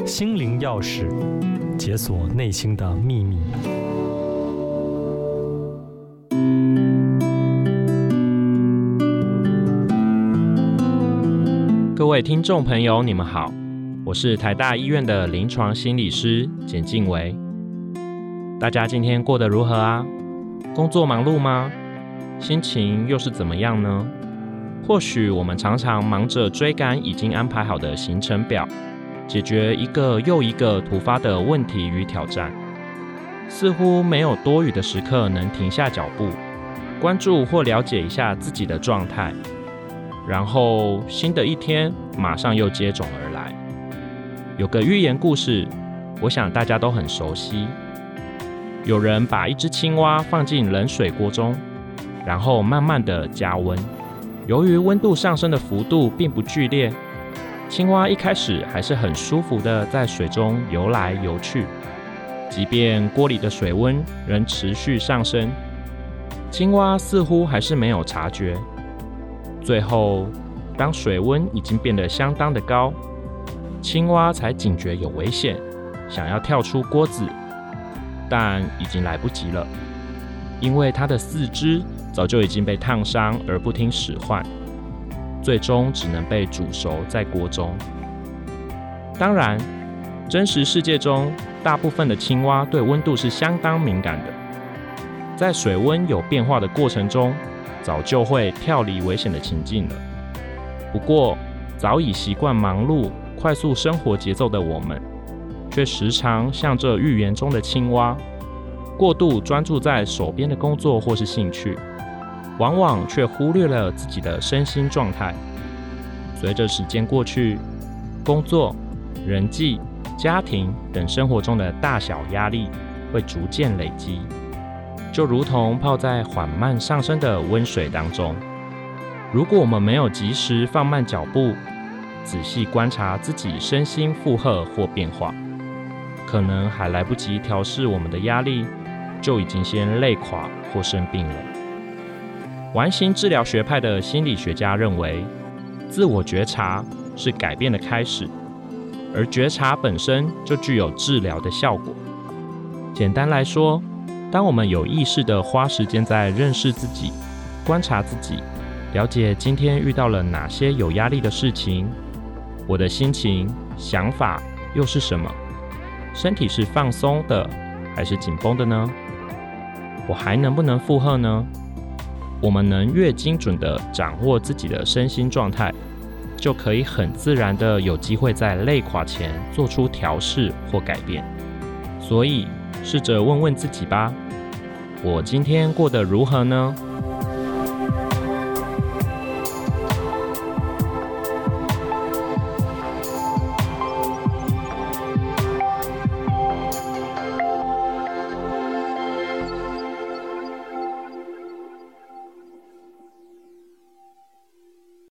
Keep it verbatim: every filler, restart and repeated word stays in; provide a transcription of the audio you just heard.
心灵钥匙，解锁内心的秘密。 各位听众朋友，你们好，我是台大医院的临床心理师简静维。大家今天过得如何啊？工作忙碌吗？心情又是怎么样呢？或许我们常常忙着追赶已经安排好的行程表，解决一个又一个突发的问题与挑战，似乎没有多余的时刻能停下脚步，关注或了解一下自己的状态。然后新的一天马上又接踵而来。有个寓言故事，我想大家都很熟悉。有人把一只青蛙放进冷水锅中，然后慢慢的加温。由于温度上升的幅度并不剧烈，青蛙一开始还是很舒服的在水中游来游去。即便锅里的水温仍持续上升，青蛙似乎还是没有察觉。最后，当水温已经变得相当的高，青蛙才警觉有危险，想要跳出锅子，但已经来不及了，因为它的四肢早就已经被烫伤而不听使唤，最终只能被煮熟在锅中。当然，真实世界中大部分的青蛙对温度是相当敏感的，在水温有变化的过程中，早就会跳离危险的情境了。不过，早已习惯忙碌、快速生活节奏的我们，却时常像这寓言中的青蛙，过度专注在手边的工作或是兴趣，往往却忽略了自己的身心状态。随着时间过去，工作、人际、家庭等生活中的大小压力会逐渐累积，就如同泡在缓慢上升的温水当中。如果我们没有及时放慢脚步，仔细观察自己身心负荷或变化，可能还来不及调适我们的压力，就已经先累垮或生病了。完形治疗学派的心理学家认为，自我觉察是改变的开始，而觉察本身就具有治疗的效果。简单来说，当我们有意识地花时间在认识自己、观察自己，了解今天遇到了哪些有压力的事情，我的心情、想法又是什么？身体是放松的还是紧绷的呢？我还能不能负荷呢？我们能越精准地掌握自己的身心状态，就可以很自然地有机会在累垮前做出调适或改变。所以，试着问问自己吧，我今天过得如何呢？